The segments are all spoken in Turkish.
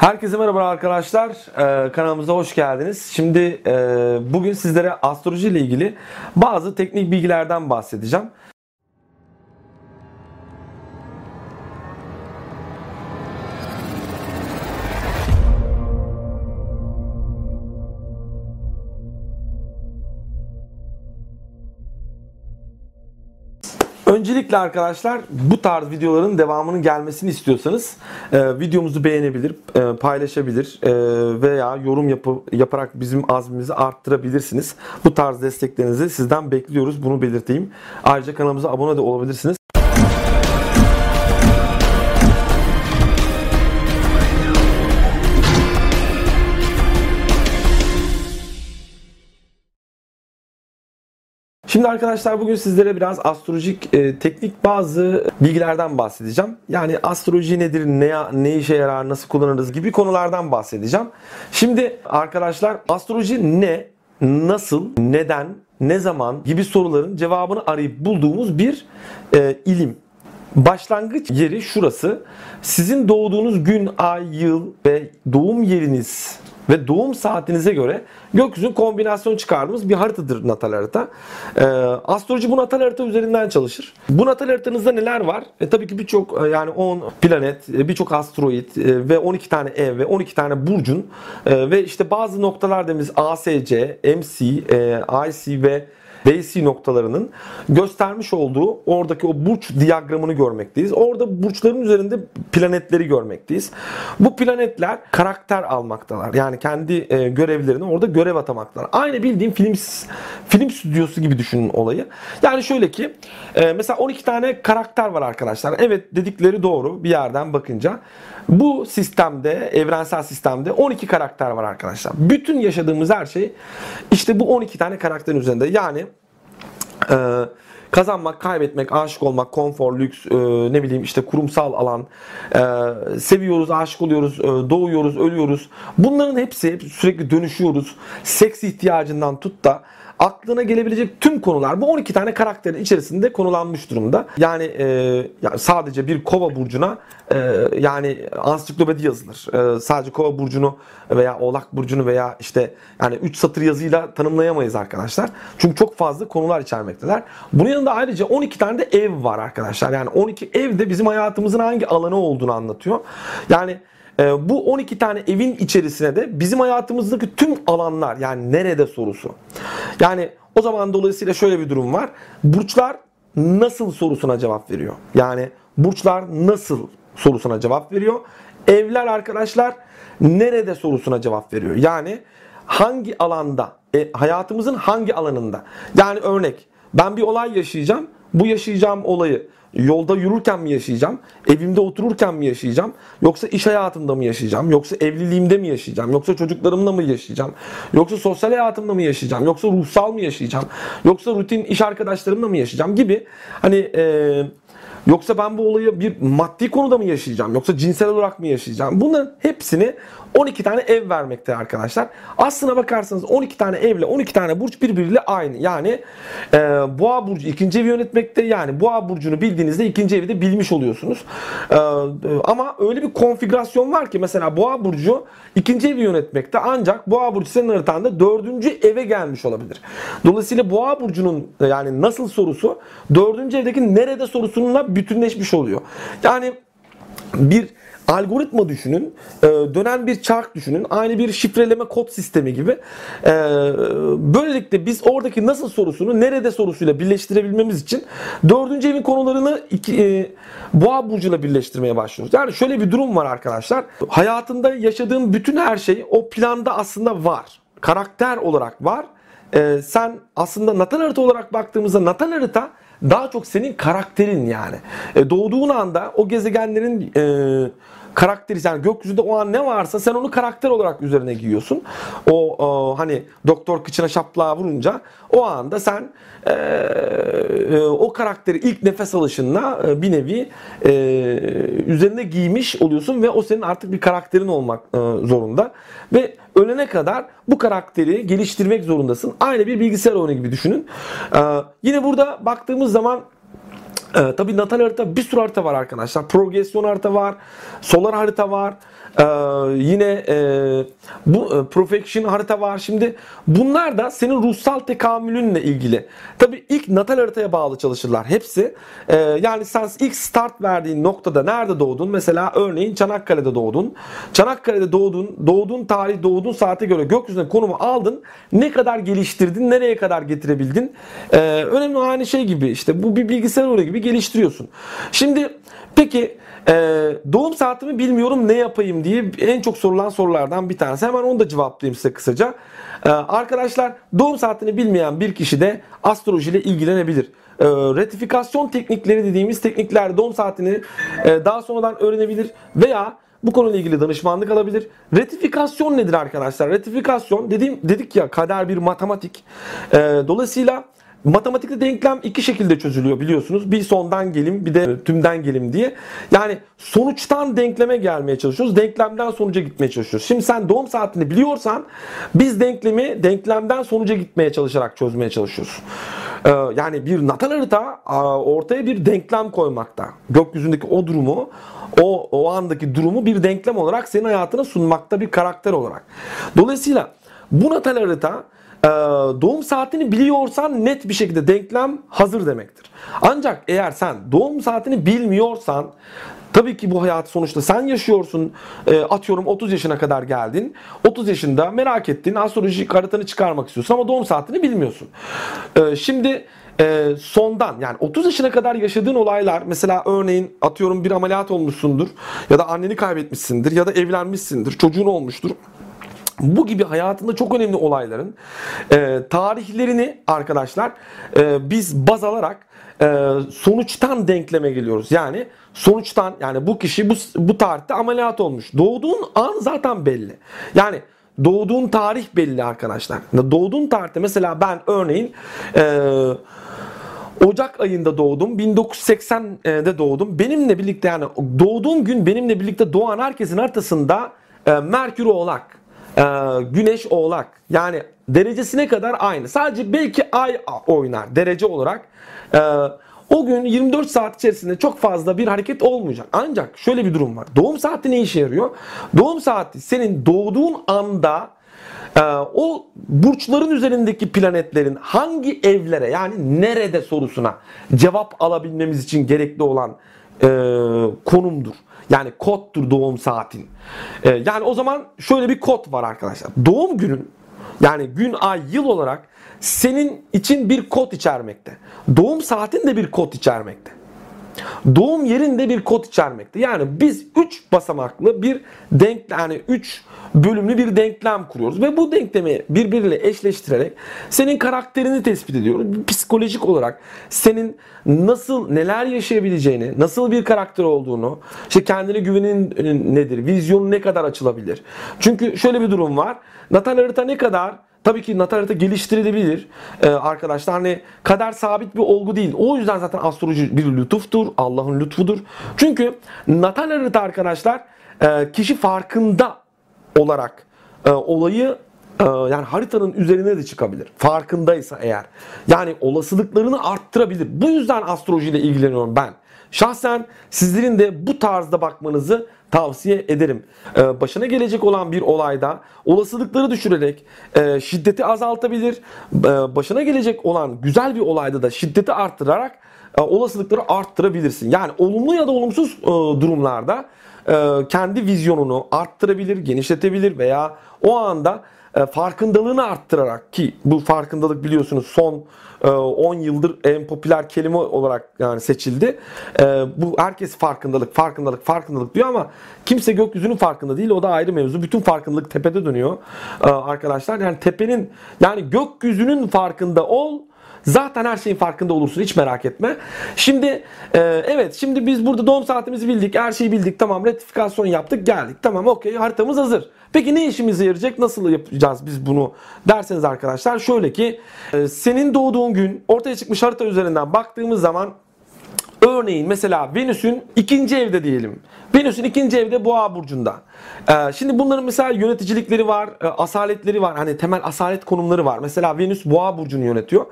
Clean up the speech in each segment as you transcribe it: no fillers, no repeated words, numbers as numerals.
Herkese merhaba arkadaşlar. Kanalımıza hoş geldiniz. Şimdi bugün sizlere astroloji ile ilgili bazı teknik bilgilerden bahsedeceğim. Öncelikle arkadaşlar bu tarz videoların devamının gelmesini istiyorsanız videomuzu beğenebilir, paylaşabilir veya yorum yaparak bizim azmimizi arttırabilirsiniz. Bu tarz desteklerinizi sizden bekliyoruz. Bunu belirteyim. Ayrıca kanalımıza abone de olabilirsiniz. Şimdi arkadaşlar bugün sizlere biraz astrolojik teknik bazı bilgilerden bahsedeceğim. Yani astroloji nedir, ne işe yarar, nasıl kullanırız gibi konulardan bahsedeceğim. Şimdi arkadaşlar astroloji ne, nasıl, neden, ne zaman gibi soruların cevabını arayıp bulduğumuz bir ilim. Başlangıç yeri şurası. Sizin doğduğunuz gün, ay, yıl ve doğum yeriniz ve doğum saatinize göre gökyüzünün kombinasyon çıkardığımız bir haritadır natal harita. Astroloji bu natal harita üzerinden çalışır. Bu natal haritanızda neler var? Tabii ki birçok yani 10 planet, birçok asteroid ve 12 tane ev ve 12 tane burcun ve işte bazı noktalar dediğimiz ASC, MC, IC ve BC noktalarının göstermiş olduğu oradaki o burç diyagramını görmekteyiz. Orada burçların üzerinde planetleri görmekteyiz. Bu planetler karakter almaktalar. Yani kendi görevlerini orada görev atamaktalar. Aynı bildiğim film stüdyosu gibi düşünün olayı. Yani şöyle ki mesela 12 tane karakter var arkadaşlar. Evet dedikleri doğru bir yerden bakınca. Bu sistemde, evrensel sistemde 12 karakter var arkadaşlar. Bütün yaşadığımız her şey işte bu 12 tane karakterin üzerinde. Yani kazanmak, kaybetmek, aşık olmak, konfor, lüks, ne bileyim işte kurumsal alan, seviyoruz, aşık oluyoruz, doğuyoruz, ölüyoruz. Bunların hepsi sürekli dönüşüyoruz. Seks ihtiyacından tut da aklına gelebilecek tüm konular bu 12 tane karakterin içerisinde konulanmış durumda. Yani sadece bir Kova burcuna yani ansiklopedi yazılır. Sadece Kova burcunu veya Oğlak burcunu veya işte yani 3 satır yazıyla tanımlayamayız arkadaşlar. Çünkü çok fazla konular içermekteler. Bunun yanında ayrıca 12 tane de ev var arkadaşlar. Yani 12 ev de bizim hayatımızın hangi alanı olduğunu anlatıyor. Yani bu 12 tane evin içerisine de bizim hayatımızdaki tüm alanlar yani nerede sorusu. Yani o zaman dolayısıyla şöyle bir durum var. Burçlar nasıl sorusuna cevap veriyor. Yani burçlar nasıl sorusuna cevap veriyor. Evler arkadaşlar nerede sorusuna cevap veriyor. Yani hangi alanda, hayatımızın hangi alanında. Yani örnek ben bir olay yaşayacağım. Bu yaşayacağım olayı yolda yürürken mi yaşayacağım? Evimde otururken mi yaşayacağım? Yoksa iş hayatımda mı yaşayacağım? Yoksa evliliğimde mi yaşayacağım? Yoksa çocuklarımla mı yaşayacağım? Yoksa sosyal hayatımda mı yaşayacağım? Yoksa ruhsal mı yaşayacağım? Yoksa rutin iş arkadaşlarımla mı yaşayacağım? Gibi hani yoksa ben bu olayı bir maddi konuda mı yaşayacağım? Yoksa cinsel olarak mı yaşayacağım? Bunların hepsini 12 tane ev vermekte arkadaşlar. Aslına bakarsanız 12 tane evle 12 tane burç birbiriyle aynı. Yani Boğa burcu ikinci evi yönetmekte. Yani Boğa burcunu bildiğinizde ikinci evi de bilmiş oluyorsunuz. Ama öyle bir konfigürasyon var ki mesela Boğa burcu ikinci evi yönetmekte. Ancak Boğa burcu senin haritanda 4. eve gelmiş olabilir. Dolayısıyla Boğa burcunun yani nasıl sorusu 4. evdeki nerede sorusununla bütünleşmiş oluyor. Yani bir algoritma düşünün, dönen bir çark düşünün, aynı bir şifreleme kod sistemi gibi. Böylelikle biz oradaki nasıl sorusunu nerede sorusuyla birleştirebilmemiz için 4. evin konularını Boğa burcuyla birleştirmeye başlıyoruz. Yani şöyle bir durum var arkadaşlar. Hayatında yaşadığın bütün her şey o planda aslında var. Karakter olarak var. Sen aslında natal harita olarak baktığımızda natal harita daha çok senin karakterin yani. Doğduğun anda o gezegenlerin karakteri yani gökyüzünde o an ne varsa sen onu karakter olarak üzerine giyiyorsun. Hani doktor kıçına şaplağı vurunca o anda sen o karakteri ilk nefes alışınla bir nevi üzerine giymiş oluyorsun ve o senin artık bir karakterin olmak zorunda. Ve ölene kadar bu karakteri geliştirmek zorundasın. Aynı bir bilgisayar oyunu gibi düşünün. Yine burada baktığımız zaman Tabii natal harita, bir sürü harita var arkadaşlar. Progresyon harita var, solar harita var. Yine bu profection harita var. Şimdi bunlar da senin ruhsal tekamülünle ilgili. Tabii ilk natal haritaya bağlı çalışırlar hepsi. Yani sen ilk start verdiğin noktada nerede doğdun? Mesela örneğin Çanakkale'de doğdun. Çanakkale'de doğduğun tarih, doğduğun saate göre gökyüzüne konumu aldın. Ne kadar geliştirdin, nereye kadar getirebildin? Önemli, aynı şey gibi, işte bu bir bilgisayar oyunu gibi geliştiriyorsun. Şimdi peki doğum saatimi bilmiyorum, ne yapayım diye en çok sorulan sorulardan bir tanesi. Hemen onu da cevaplayayım size kısaca. Arkadaşlar, doğum saatini bilmeyen bir kişi de astroloji ile ilgilenebilir. Retifikasyon teknikleri dediğimiz teknikler, doğum saatini daha sonradan öğrenebilir veya bu konuyla ilgili danışmanlık alabilir. Retifikasyon nedir arkadaşlar? Retifikasyon dedik ya, kader bir matematik. Dolayısıyla matematikte denklem iki şekilde çözülüyor biliyorsunuz. Bir sondan gelim, bir de tümden gelim diye. Yani sonuçtan denkleme gelmeye çalışıyoruz. Denklemden sonuca gitmeye çalışıyoruz. Şimdi sen doğum saatini biliyorsan biz denklemi denklemden sonuca gitmeye çalışarak çözmeye çalışıyoruz. Yani bir natal harita ortaya bir denklem koymakta. Gökyüzündeki o durumu, o andaki durumu bir denklem olarak senin hayatına sunmakta, bir karakter olarak. Dolayısıyla bu natal harita, doğum saatini biliyorsan net bir şekilde denklem hazır demektir. Ancak eğer sen doğum saatini bilmiyorsan, tabii ki bu hayatı sonuçta sen yaşıyorsun. Atıyorum 30 yaşına kadar geldin. 30 yaşında merak ettin, astrolojik haritanı çıkarmak istiyorsun ama doğum saatini bilmiyorsun. Şimdi sondan, yani 30 yaşına kadar yaşadığın olaylar, mesela örneğin atıyorum bir ameliyat olmuşsundur ya da anneni kaybetmişsindir ya da evlenmişsindir, çocuğun olmuştur. Bu gibi hayatında çok önemli olayların tarihlerini arkadaşlar biz baz alarak sonuçtan denkleme geliyoruz. Yani sonuçtan, yani bu kişi bu tarihte ameliyat olmuş. Doğduğun an zaten belli. Yani doğduğun tarih belli arkadaşlar. Doğduğun tarihte, mesela ben örneğin Ocak ayında doğdum. 1980'de doğdum. Benimle birlikte, yani doğduğum gün benimle birlikte doğan herkesin haritasında Merkür Oğlak, Güneş Oğlak, yani derecesine kadar aynı. Sadece belki ay oynar derece olarak. O gün 24 saat içerisinde çok fazla bir hareket olmayacak. Ancak şöyle bir durum var. Doğum saati ne işe yarıyor? Doğum saati senin doğduğun anda o burçların üzerindeki planetlerin hangi evlere, yani nerede sorusuna cevap alabilmemiz için gerekli olan konumdur. Yani koddur doğum saatin. Yani o zaman şöyle bir kod var arkadaşlar. Doğum günün, yani gün, ay, yıl olarak senin için bir kod içermekte. Doğum saatin de bir kod içermekte. Doğum yerinde bir kod içermekte. Yani biz 3 basamaklı bir yani 3 bölümlü bir denklem kuruyoruz ve bu denklemi birbiriyle eşleştirerek senin karakterini tespit ediyoruz. Psikolojik olarak senin nasıl, neler yaşayabileceğini, nasıl bir karakter olduğunu, işte kendine güvenin nedir, vizyonun ne kadar açılabilir. Çünkü şöyle bir durum var. Natal harita ne kadar, tabii ki natal harita geliştirilebilir arkadaşlar. Hani kader sabit bir olgu değil. O yüzden zaten astroloji bir lütuftur. Allah'ın lütfudur. Çünkü natal harita arkadaşlar kişi farkında olarak olayı yani haritanın üzerine de çıkabilir. Farkındaysa eğer. Yani olasılıklarını arttırabilir. Bu yüzden astrolojiyle ilgileniyorum ben. Şahsen sizlerin de bu tarzda bakmanızı tavsiye ederim. Başına gelecek olan bir olayda olasılıkları düşürerek şiddeti azaltabilir. Başına gelecek olan güzel bir olayda da şiddeti arttırarak olasılıkları arttırabilirsin. Yani olumlu ya da olumsuz durumlarda kendi vizyonunu arttırabilir, genişletebilir veya o anda farkındalığını arttırarak, ki bu farkındalık biliyorsunuz son 10 yıldır en popüler kelime olarak yani seçildi. Bu herkes farkındalık diyor ama kimse gökyüzünün farkında değil. O da ayrı mevzu. Bütün farkındalık tepede dönüyor arkadaşlar. Yani tepenin, yani gökyüzünün farkında ol. Zaten her şeyin farkında olursun, hiç merak etme. Şimdi evet, şimdi biz burada doğum saatimizi bildik, her şeyi bildik, tamam, retifikasyon yaptık, geldik, tamam, okey, haritamız hazır. Peki ne işimize yarayacak, nasıl yapacağız biz bunu derseniz arkadaşlar, şöyle ki senin doğduğun gün ortaya çıkmış harita üzerinden baktığımız zaman Örneğin mesela Venüs'ün ikinci evde diyelim. Venüs'ün ikinci evde Boğa burcunda. Şimdi bunların mesela yöneticilikleri var, asaletleri var. Hani temel asalet konumları var. Mesela Venüs Boğa burcunu yönetiyor.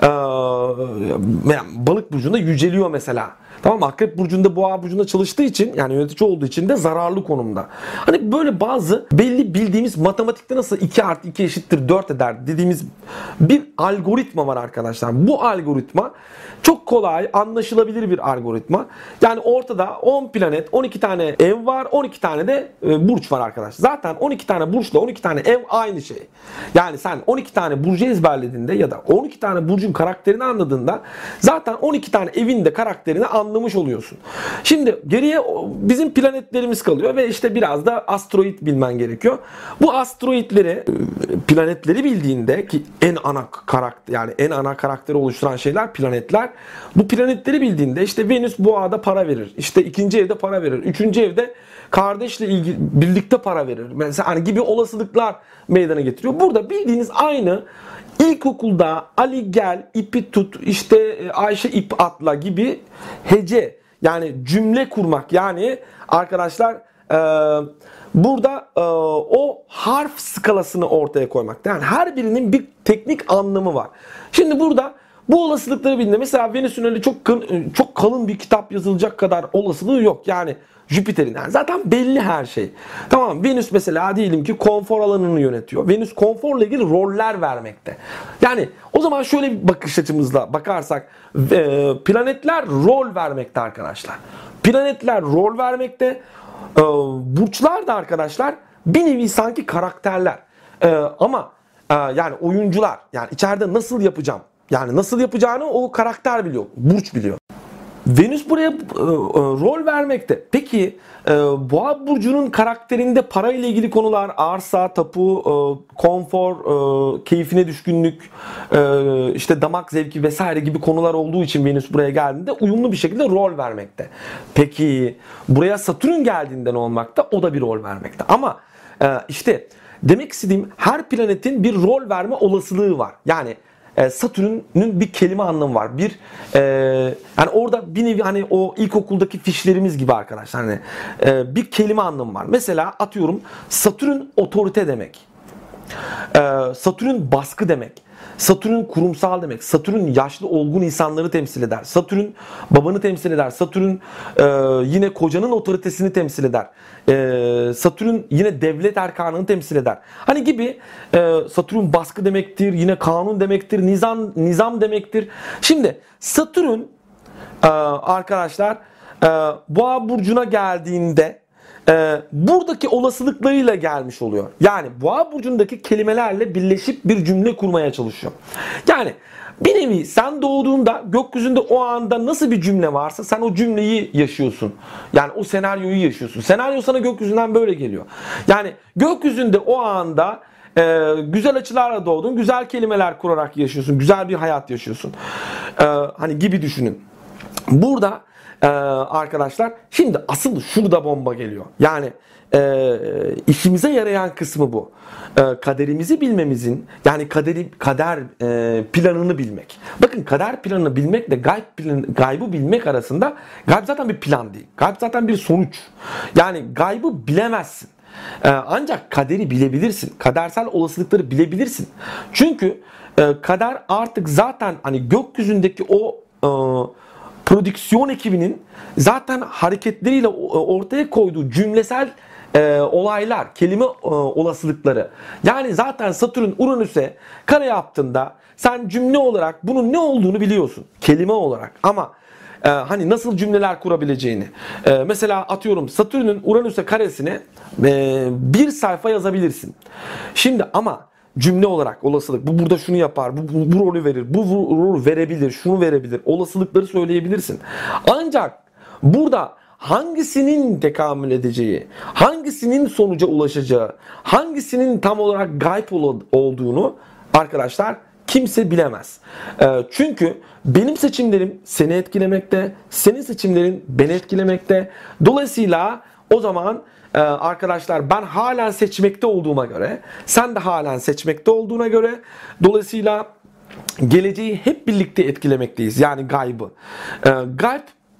Balık burcunda yüceliyor mesela. Tamam mı? Akrep burcunda, Boğa burcunda çalıştığı için, yani yönetici olduğu için de zararlı konumda. Hani böyle bazı belli bildiğimiz matematikte nasıl 2 artı 2 eşittir 4 eder dediğimiz bir algoritma var arkadaşlar. Bu algoritma çok kolay, anlaşılabilir bir algoritma. Yani ortada 10 planet, 12 tane ev var, 12 tane de burç var arkadaşlar. Zaten 12 tane burçla 12 tane ev aynı şey. Yani sen 12 tane burcu ezberlediğinde ya da 12 tane burcun karakterini anladığında zaten 12 tane evin de karakterini anlamış oluyorsun. Şimdi geriye bizim planetlerimiz kalıyor ve işte biraz da asteroid bilmen gerekiyor. Bu asteroidleri, planetleri bildiğinde ki en ana karakter, yani en ana karakteri oluşturan şeyler planetler. Bu planetleri bildiğinde işte Venüs Boğa'da para verir. İşte ikinci evde para verir. Üçüncü evde kardeşle ilgili birlikte para verir. Mesela hani gibi olasılıklar meydana getiriyor. Burada bildiğiniz aynı ilkokulda Ali gel, ipi tut, işte Ayşe ip atla gibi hece, yani cümle kurmak, yani arkadaşlar burada o harf skalasını ortaya koymak. Yani her birinin bir teknik anlamı var. Şimdi burada bu olasılıkları bildiğinde mesela Venüs'ün öyle çok kalın bir kitap yazılacak kadar olasılığı yok. Yani Jüpiter'in, yani zaten belli her şey. Tamam, Venüs mesela diyelim ki konfor alanını yönetiyor. Venüs konforla ilgili roller vermekte. Yani o zaman şöyle bir bakış açımızla bakarsak planetler rol vermekte arkadaşlar. Planetler rol vermekte. Burçlar da arkadaşlar bir nevi sanki karakterler. Ama yani oyuncular, yani içeride nasıl yapacağım? Yani nasıl yapacağını o karakter biliyor, burç biliyor. Venüs buraya rol vermekte. Peki Boğa burcunun karakterinde para ile ilgili konular, arsa, tapu, konfor, keyfine düşkünlük, işte damak zevki vesaire gibi konular olduğu için Venüs buraya geldiğinde uyumlu bir şekilde rol vermekte. Peki buraya Satürn geldiğinde ne olmakta? O da bir rol vermekte. Ama işte demek istediğim, her planetin bir rol verme olasılığı var. Yani Satürn'ün bir kelime anlamı var. Yani orada bir nevi hani o ilkokuldaki fişlerimiz gibi arkadaşlar. Hani bir kelime anlamı var. Mesela atıyorum Satürn otorite demek. Satürn baskı demek. Satürn kurumsal demek. Satürn yaşlı olgun insanları temsil eder. Satürn babanı temsil eder. Satürn yine kocanın otoritesini temsil eder. Satürn yine devlet erkanını temsil eder. Hani gibi Satürn baskı demektir. Yine kanun demektir. Nizam demektir. Şimdi Satürn arkadaşlar Boğa burcuna geldiğinde buradaki olasılıklarıyla gelmiş oluyor. Yani Boğa burcundaki kelimelerle birleşip bir cümle kurmaya çalışıyor. Yani bir nevi sen doğduğunda gökyüzünde o anda nasıl bir cümle varsa sen o cümleyi yaşıyorsun. Yani o senaryoyu yaşıyorsun. Senaryo sana gökyüzünden böyle geliyor. Yani gökyüzünde o anda güzel açılarla doğdun, güzel kelimeler kurarak yaşıyorsun, güzel bir hayat yaşıyorsun. Hani gibi düşünün. Burada arkadaşlar şimdi asıl şurada bomba geliyor. Yani işimize yarayan kısmı bu. Kaderimizi bilmemizin, yani kader planını bilmek. Bakın, kader planını bilmekle gaybı bilmek arasında, gayb zaten bir plan değil. Gayb zaten bir sonuç. Yani gaybı bilemezsin. Ancak kaderi bilebilirsin. Kadersel olasılıkları bilebilirsin. Çünkü kader artık zaten hani gökyüzündeki o prodüksiyon ekibinin zaten hareketleriyle ortaya koyduğu cümlesel olaylar, kelime olasılıkları. Yani zaten Satürn Uranüs'e kare yaptığında sen cümle olarak bunun ne olduğunu biliyorsun. Kelime olarak. Ama hani nasıl cümleler kurabileceğini. Mesela atıyorum Satürn'ün Uranüs'e karesine bir sayfa yazabilirsin. Şimdi ama cümle olarak olasılık, bu burada şunu yapar, bu rolü verir, bu rolü verebilir, şunu verebilir, olasılıkları söyleyebilirsin. Ancak burada hangisinin tekamül edeceği, hangisinin sonuca ulaşacağı, hangisinin tam olarak gayb olduğunu arkadaşlar kimse bilemez. Çünkü benim seçimlerim seni etkilemekte, senin seçimlerin beni etkilemekte. Dolayısıyla o zaman arkadaşlar ben halen seçmekte olduğuma göre, sen de halen seçmekte olduğuna göre, dolayısıyla geleceği hep birlikte etkilemekteyiz. Yani gaybı. Gayb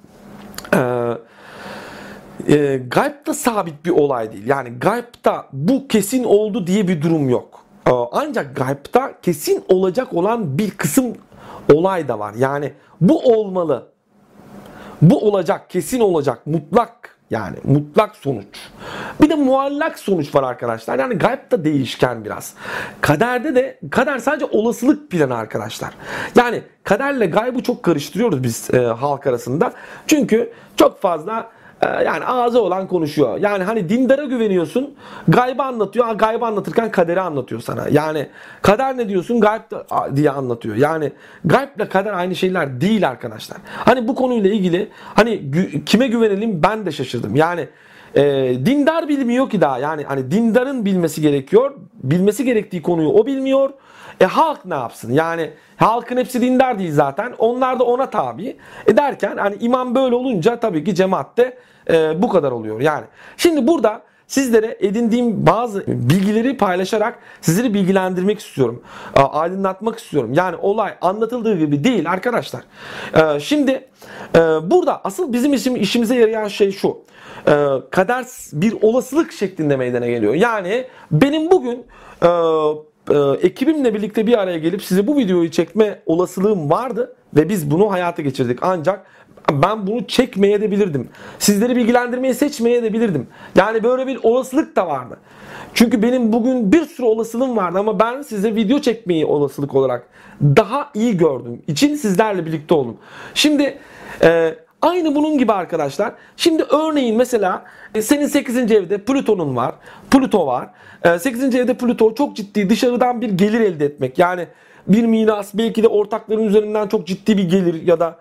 Gaybda sabit bir olay değil. Yani gaybda bu kesin oldu diye bir durum yok. Ancak gaybda kesin olacak olan bir kısım olay da var. Yani bu olmalı. Bu olacak, kesin olacak, mutlak, yani mutlak sonuç. Bir de muallak sonuç var arkadaşlar. Yani gayb da değişken biraz. Kaderde de, kader sadece olasılık planı arkadaşlar. Yani kaderle gaybı çok karıştırıyoruz biz halk arasında. Çünkü çok fazla yani ağzı olan konuşuyor. Yani hani dindara güveniyorsun, gaybı anlatıyor. Gaybı anlatırken kaderi anlatıyor sana. Yani kader ne diyorsun? Gayb diye anlatıyor. Yani gayble kader aynı şeyler değil arkadaşlar. Hani bu konuyla ilgili hani kime güvenelim ben de şaşırdım. Yani dindar bilmiyor ki daha. Yani hani dindarın bilmesi gerekiyor. Bilmesi gerektiği konuyu o bilmiyor. Halk ne yapsın? Yani halkın hepsi dindar değil zaten. Onlar da ona tabi. Derken hani imam böyle olunca tabii ki cemaatte bu kadar oluyor. Yani şimdi burada sizlere edindiğim bazı bilgileri paylaşarak sizleri bilgilendirmek istiyorum. Aydınlatmak istiyorum. Yani olay anlatıldığı gibi değil arkadaşlar. Şimdi burada asıl bizim işimize yarayan şey şu. Kader bir olasılık şeklinde meydana geliyor. Yani benim bugün ekibimle birlikte bir araya gelip size bu videoyu çekme olasılığım vardı ve biz bunu hayata geçirdik. Ancak ben bunu çekmeye de bilirdim. Sizleri bilgilendirmeyi seçmeye de bilirdim. Yani böyle bir olasılık da vardı. Çünkü benim bugün bir sürü olasılığım vardı ama ben size video çekmeyi olasılık olarak daha iyi gördüm. İçin sizlerle birlikte oldum. Şimdi aynı bunun gibi arkadaşlar. Şimdi örneğin mesela senin 8. evde Plüton'un var. Plüto var. 8. evde Plüto çok ciddi dışarıdan bir gelir elde etmek. Yani bir miras, belki de ortakların üzerinden çok ciddi bir gelir ya da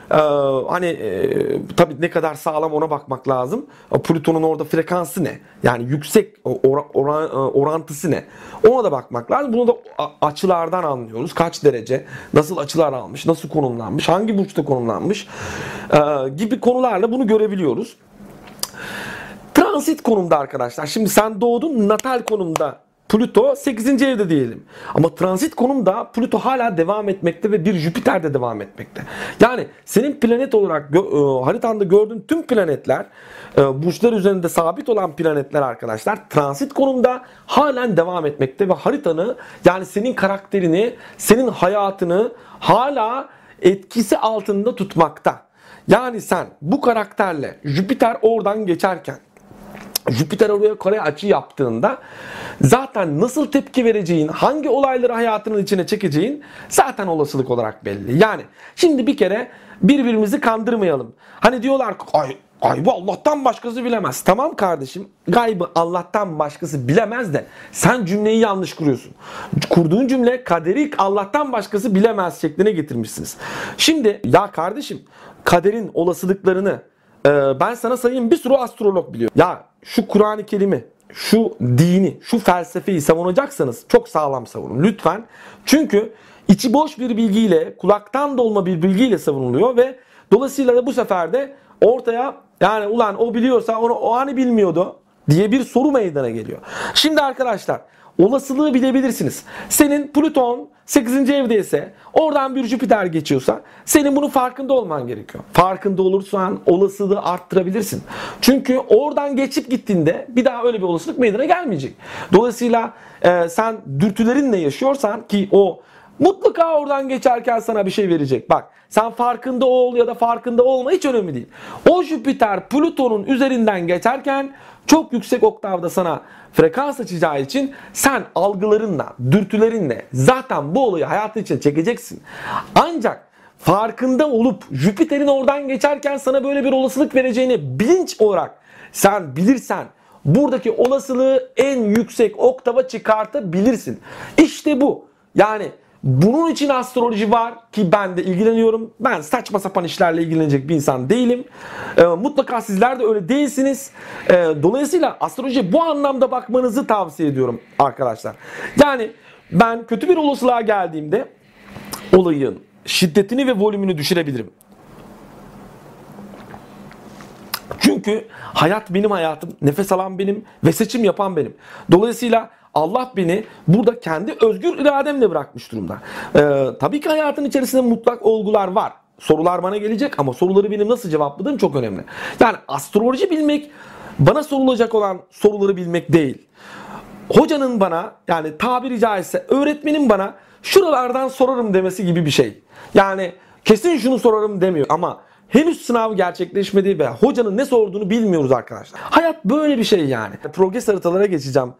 tabii ne kadar sağlam ona bakmak lazım. Plüton'un orada frekansı ne? Yani yüksek orantısı ne? Ona da bakmak lazım. Bunu da açılardan anlıyoruz. Kaç derece, nasıl açılar almış, nasıl konumlanmış, hangi burçta konumlanmış gibi konularla bunu görebiliyoruz. Transit konumda arkadaşlar. Şimdi sen doğdun, natal konumda Plüto 8. evde diyelim. Ama transit konumda Plüto hala devam etmekte ve bir Jüpiter de devam etmekte. Yani senin planet olarak haritanda gördüğün tüm planetler, burçlar üzerinde sabit olan planetler arkadaşlar transit konumda halen devam etmekte ve haritanı, yani senin karakterini, senin hayatını hala etkisi altında tutmakta. Yani sen bu karakterle Jüpiter oradan geçerken, Jüpiter oraya kare açı yaptığında zaten nasıl tepki vereceğin, hangi olayları hayatının içine çekeceğin zaten olasılık olarak belli. Yani şimdi bir kere birbirimizi kandırmayalım. Hani diyorlar ki gaybı Allah'tan başkası bilemez. Tamam kardeşim, gaybı Allah'tan başkası bilemez de sen cümleyi yanlış kuruyorsun. Kurduğun cümle kaderi Allah'tan başkası bilemez şekline getirmişsiniz. Şimdi ya kardeşim, kaderin olasılıklarını ben sana sayayım, bir sürü astrolog biliyor. Ya şu Kur'an-ı Kerim'i, şu dini, şu felsefeyi savunacaksanız çok sağlam savunun lütfen. Çünkü içi boş bir bilgiyle, kulaktan dolma bir bilgiyle savunuluyor ve dolayısıyla da bu sefer de ortaya yani ulan o biliyorsa onu o hani bilmiyordu diye bir soru meydana geliyor. Şimdi arkadaşlar olasılığı bilebilirsiniz. Senin Plüton 8. evdeyse, oradan bir Jüpiter geçiyorsa senin bunun farkında olman gerekiyor. Farkında olursan olasılığı arttırabilirsin. Çünkü oradan geçip gittiğinde bir daha öyle bir olasılık meydana gelmeyecek. Dolayısıyla sen dürtülerinle yaşıyorsan ki o mutlaka oradan geçerken sana bir şey verecek. Bak, sen farkında ol ya da farkında olma hiç önemli değil. O Jüpiter Plüton'un üzerinden geçerken çok yüksek oktavda sana frekans açacağı için sen algılarınla, dürtülerinle zaten bu olayı hayatın içine çekeceksin. Ancak farkında olup Jüpiter'in oradan geçerken sana böyle bir olasılık vereceğini bilinç olarak sen bilirsen buradaki olasılığı en yüksek oktava çıkartabilirsin. İşte bu. Yani bunun için astroloji var ki ben de ilgileniyorum. Ben saçma sapan işlerle ilgilenecek bir insan değilim. Mutlaka sizler de öyle değilsiniz. Dolayısıyla astrolojiye bu anlamda bakmanızı tavsiye ediyorum arkadaşlar. Yani ben kötü bir olasılığa geldiğimde olayın şiddetini ve volümünü düşürebilirim. Çünkü hayat benim hayatım, nefes alan benim ve seçim yapan benim. Dolayısıyla Allah beni burada kendi özgür irademle bırakmış durumda. Tabii ki hayatın içerisinde mutlak olgular var. Sorular bana gelecek ama soruları benim nasıl cevapladığım çok önemli. Yani astroloji bilmek bana sorulacak olan soruları bilmek değil. Hocanın bana, yani tabiri caizse öğretmenin bana şuralardan sorarım demesi gibi bir şey. Yani kesin şunu sorarım demiyor ama henüz sınav gerçekleşmedi ve hocanın ne sorduğunu bilmiyoruz arkadaşlar. Hayat böyle bir şey yani. Progres haritalara geçeceğim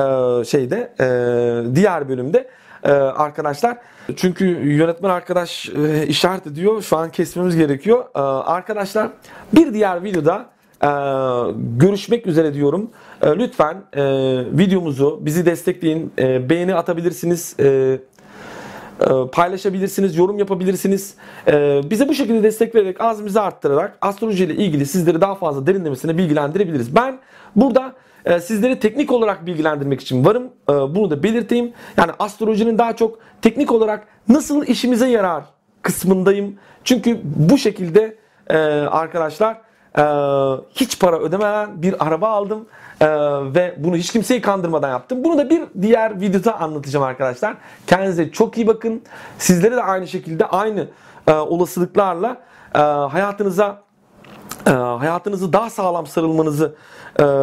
diğer bölümde arkadaşlar. Çünkü yönetmen arkadaş işaret ediyor. Şu an kesmemiz gerekiyor. Arkadaşlar bir diğer videoda görüşmek üzere diyorum. Lütfen videomuzu, bizi destekleyin. Beğeni atabilirsiniz. Paylaşabilirsiniz, yorum yapabilirsiniz. Bize bu şekilde destek vererek, azmimizi arttırarak astroloji ile ilgili sizleri daha fazla derinlemesine bilgilendirebiliriz. Ben burada sizleri teknik olarak bilgilendirmek için varım. Bunu da belirteyim. Yani astrolojinin daha çok teknik olarak nasıl işimize yarar kısmındayım. Çünkü bu şekilde arkadaşlar hiç para ödemeden bir araba aldım. Ve bunu hiç kimseyi kandırmadan yaptım. Bunu da bir diğer videoda anlatacağım arkadaşlar. Kendinize çok iyi bakın. Sizlere de aynı şekilde aynı olasılıklarla hayatınızı daha sağlam sarılmanızı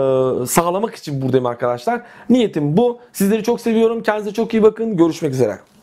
sağlamak için buradayım arkadaşlar. Niyetim bu. Sizleri çok seviyorum. Kendinize çok iyi bakın. Görüşmek üzere.